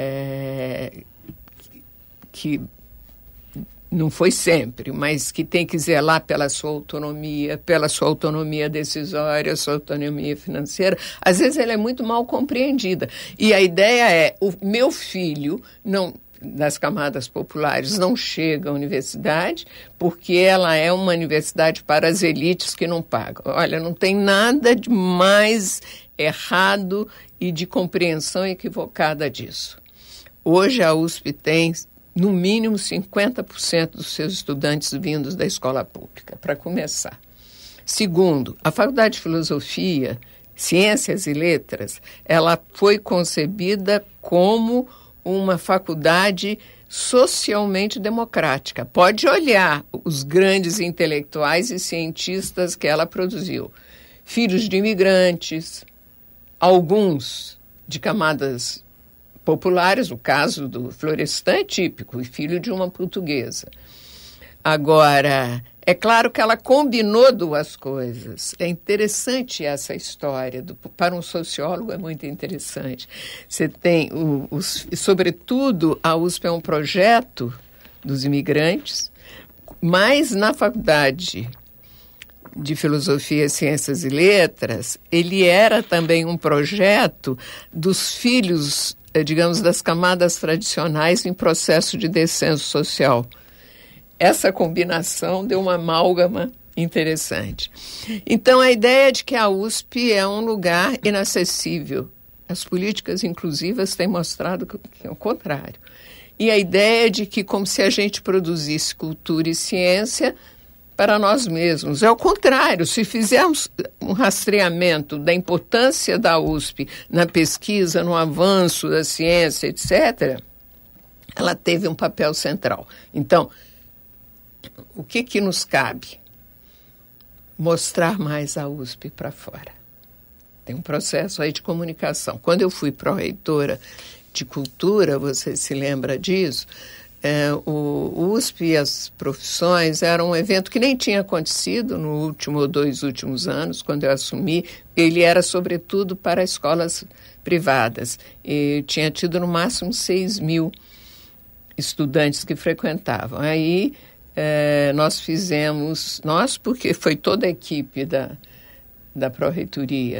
que não foi sempre, mas que tem que zelar pela sua autonomia decisória, sua autonomia financeira. Às vezes ela é muito mal compreendida. E a ideia o meu filho, das camadas populares, não chega à universidade porque ela é uma universidade para as elites que não pagam. Olha, não tem nada de mais errado e de compreensão equivocada disso. Hoje a USP tem no mínimo 50% dos seus estudantes vindos da escola pública, para começar. Segundo, a Faculdade de Filosofia, Ciências e Letras, ela foi concebida como uma faculdade socialmente democrática. Pode olhar os grandes intelectuais e cientistas que ela produziu. Filhos de imigrantes, alguns de camadas populares, o caso do Florestan é típico, e filho de uma portuguesa. Agora, é claro que ela combinou duas coisas. É interessante essa história, para um sociólogo é muito interessante. Você tem, sobretudo, a USP é um projeto dos imigrantes, mas na faculdade de Filosofia, Ciências e Letras, ele era também um projeto dos filhos, digamos, das camadas tradicionais em processo de descenso social. Essa combinação deu uma amálgama interessante. Então, a ideia de que a USP é um lugar inacessível. As políticas inclusivas têm mostrado que é o contrário. E a ideia de que, como se a gente produzisse cultura e ciência para nós mesmos. É o contrário. Se fizermos um rastreamento da importância da USP na pesquisa, no avanço da ciência, etc., ela teve um papel central. Então, o que nos cabe? Mostrar mais a USP para fora. Tem um processo aí de comunicação. Quando eu fui pró-reitora de cultura, você se lembra disso, o USP e as profissões era um evento que nem tinha acontecido no último ou 2 últimos anos, quando eu assumi. Ele era, sobretudo, para escolas privadas. E tinha tido, no máximo, 6 mil estudantes que frequentavam. Aí nós fizemos, porque foi toda a equipe da Pró-Reitoria,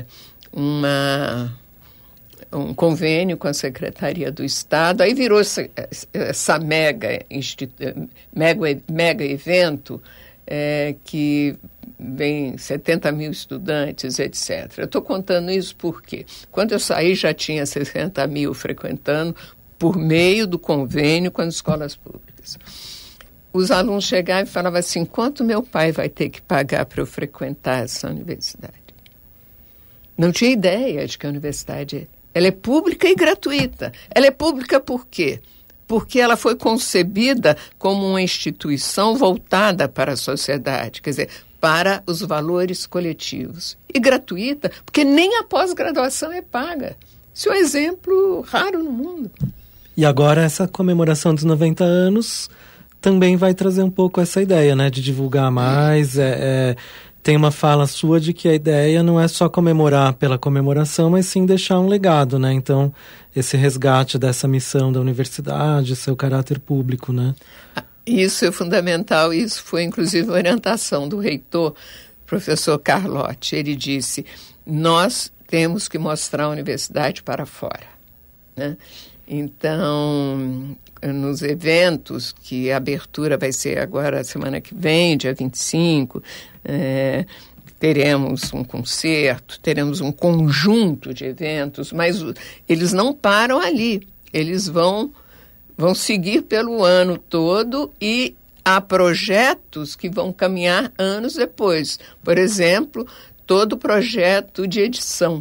um convênio com a Secretaria do Estado, aí virou essa mega evento que vem 70 mil estudantes, etc. Eu estou contando isso porque, quando eu saí, já tinha 60 mil frequentando por meio do convênio com as escolas públicas. Os alunos chegavam e falavam assim: quanto meu pai vai ter que pagar para eu frequentar essa universidade? Não tinha ideia de que a universidade ela é pública e gratuita. Ela é pública por quê? Porque ela foi concebida como uma instituição voltada para a sociedade, quer dizer, para os valores coletivos. E gratuita, porque nem a pós-graduação é paga. Isso é um exemplo raro no mundo. E agora essa comemoração dos 90 anos também vai trazer um pouco essa ideia, né, de divulgar mais. Tem uma fala sua de que a ideia não é só comemorar pela comemoração, mas sim deixar um legado, né? Então, esse resgate dessa missão da universidade, seu caráter público, né? Isso é fundamental. Isso foi, inclusive, a orientação do reitor, professor Carlotti. Ele disse: nós temos que mostrar a universidade para fora, né? Então, nos eventos, que a abertura vai ser agora semana que vem, dia 25, teremos um concerto, teremos um conjunto de eventos, mas eles não param ali, eles vão seguir pelo ano todo e há projetos que vão caminhar anos depois. Por exemplo, todo o projeto de edição.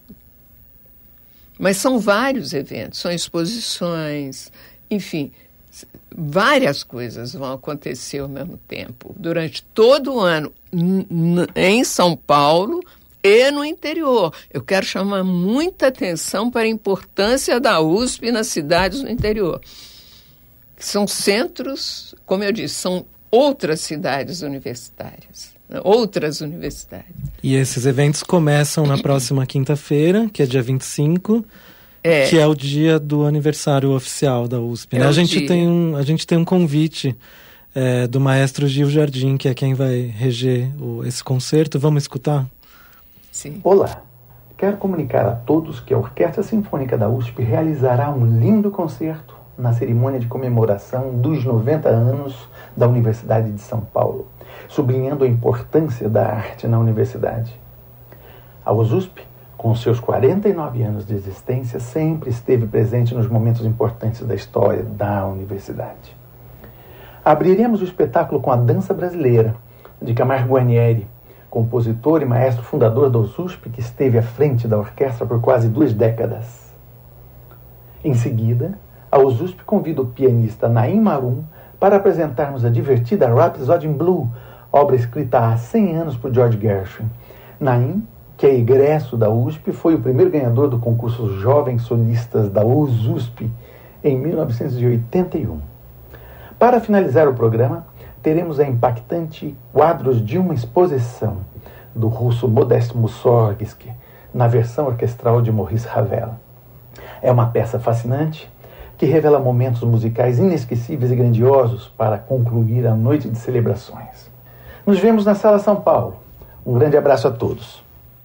Mas são vários eventos, são exposições, enfim, várias coisas vão acontecer ao mesmo tempo, durante todo o ano, em São Paulo e no interior. Eu quero chamar muita atenção para a importância da USP nas cidades do interior. São centros, como eu disse, são outras cidades universitárias. Outras universidades. E esses eventos começam na próxima quinta-feira, que é dia 25, que é o dia do aniversário oficial da USP. Né? A gente tem um convite do maestro Gil Jardim, que é quem vai reger esse concerto. Vamos escutar? Sim. Olá, quero comunicar a todos que a Orquestra Sinfônica da USP realizará um lindo concerto na cerimônia de comemoração dos 90 anos da Universidade de São Paulo, sublinhando a importância da arte na universidade. A USP, com seus 49 anos de existência, sempre esteve presente nos momentos importantes da história da universidade. Abriremos o espetáculo com a Dança Brasileira, de Camargo Guarnieri, compositor e maestro fundador da USP, que esteve à frente da orquestra por quase 2 décadas. Em seguida, a USP convida o pianista Naim Marum para apresentarmos a divertida Rhapsody in Blue, obra escrita há 100 anos por George Gershwin. Naim, que é egresso da USP, foi o primeiro ganhador do concurso Jovens Solistas da USP em 1981. Para finalizar o programa, teremos a impactante Quadros de uma Exposição, do russo Modest Mussorgsky, na versão orquestral de Maurice Ravel. É uma peça fascinante que revela momentos musicais inesquecíveis e grandiosos para concluir a noite de celebrações. Nos vemos na Sala São Paulo, Um grande abraço a todos.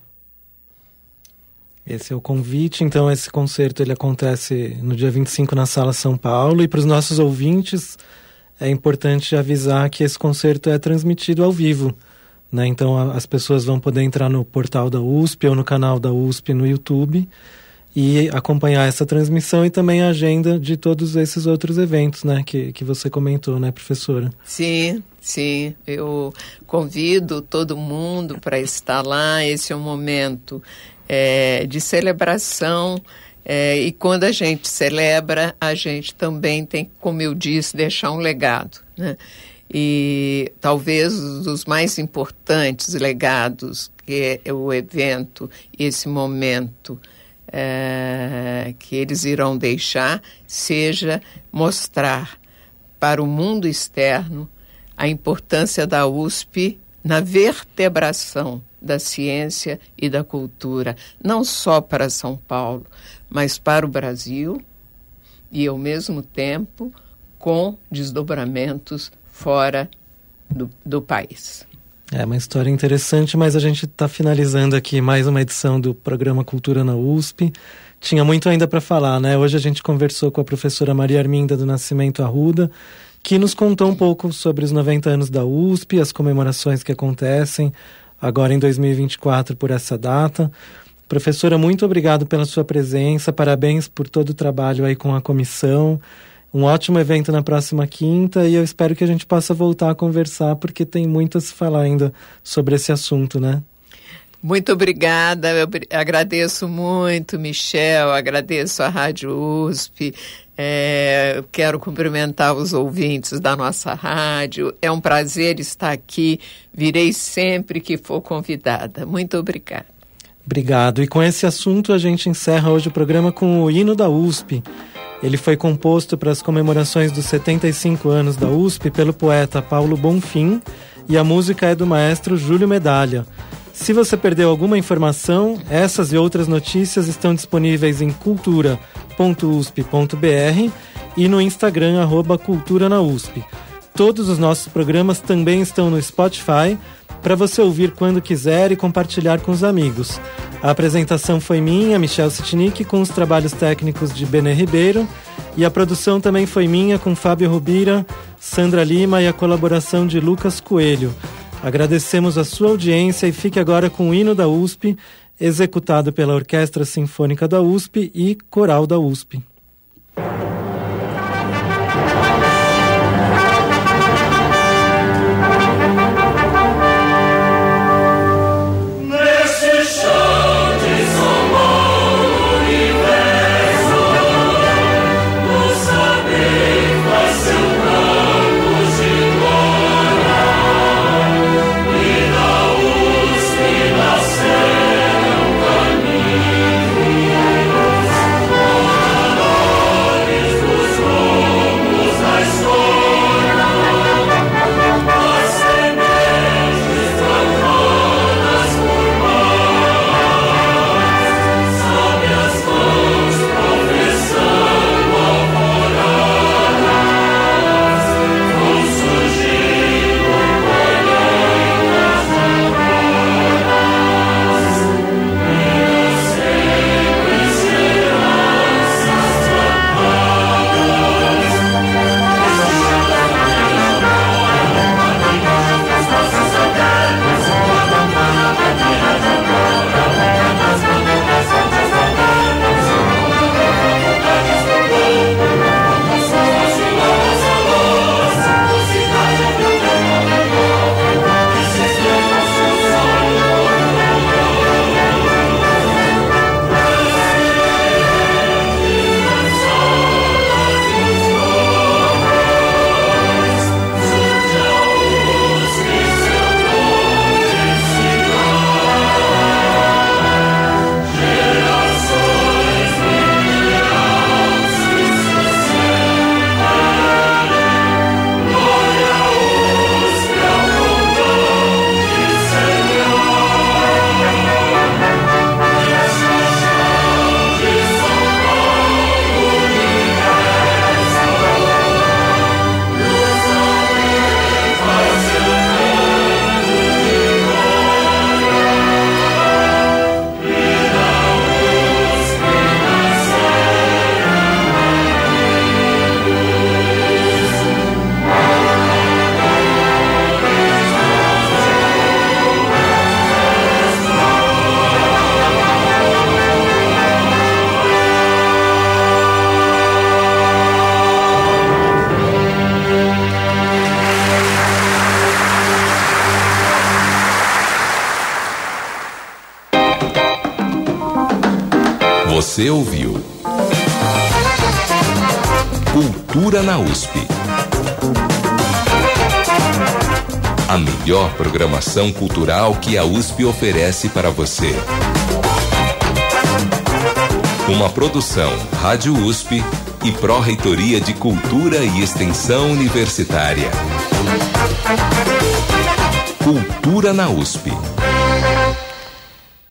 Esse é o convite, então esse concerto ele acontece no dia 25 na Sala São Paulo, e para os nossos ouvintes é importante avisar que esse concerto é transmitido ao vivo, né? Então as pessoas vão poder entrar no portal da USP ou no canal da USP no YouTube e acompanhar essa transmissão e também a agenda de todos esses outros eventos, né, que você comentou, né, professora? Sim, eu convido todo mundo para estar lá. Esse é um momento de celebração, e quando a gente celebra, a gente também tem, como eu disse, deixar um legado, né? E talvez um dos mais importantes legados que é o evento, esse momento que eles irão deixar, seja mostrar para o mundo externo a importância da USP na vertebração da ciência e da cultura, não só para São Paulo, mas para o Brasil e, ao mesmo tempo, com desdobramentos fora do país. É uma história interessante, mas a gente está finalizando aqui mais uma edição do programa Cultura na USP. Tinha muito ainda para falar, né? Hoje a gente conversou com a professora Maria Arminda do Nascimento Arruda, que nos contou um pouco sobre os 90 anos da USP, as comemorações que acontecem agora em 2024 por essa data. Professora, muito obrigado pela sua presença, parabéns por todo o trabalho aí com a comissão. Um ótimo evento na próxima quinta, e eu espero que a gente possa voltar a conversar, porque tem muito a se falar ainda sobre esse assunto, né? Muito obrigada, eu agradeço muito, Michel, agradeço a Rádio USP, quero cumprimentar os ouvintes da nossa rádio, é um prazer estar aqui, virei sempre que for convidada. Muito obrigada. Obrigado, e com esse assunto a gente encerra hoje o programa com o hino da USP. Ele foi composto para as comemorações dos 75 anos da USP pelo poeta Paulo Bonfim, e a música é do maestro Júlio Medalha. Se você perdeu alguma informação, essas e outras notícias estão disponíveis em cultura.usp.br e no Instagram @culturanausp. Todos os nossos programas também estão no Spotify, para você ouvir quando quiser e compartilhar com os amigos. A apresentação foi minha, Michel Sitnik, com os trabalhos técnicos de Benê Ribeiro, e a produção também foi minha, com Fábio Rubira, Sandra Lima e a colaboração de Lucas Coelho. Agradecemos a sua audiência e fique agora com o hino da USP, executado pela Orquestra Sinfônica da USP e Coral da USP. Você ouviu Cultura na USP. A melhor programação cultural que a USP oferece para você. Uma produção Rádio USP e Pró-Reitoria de Cultura e Extensão Universitária. Cultura na USP.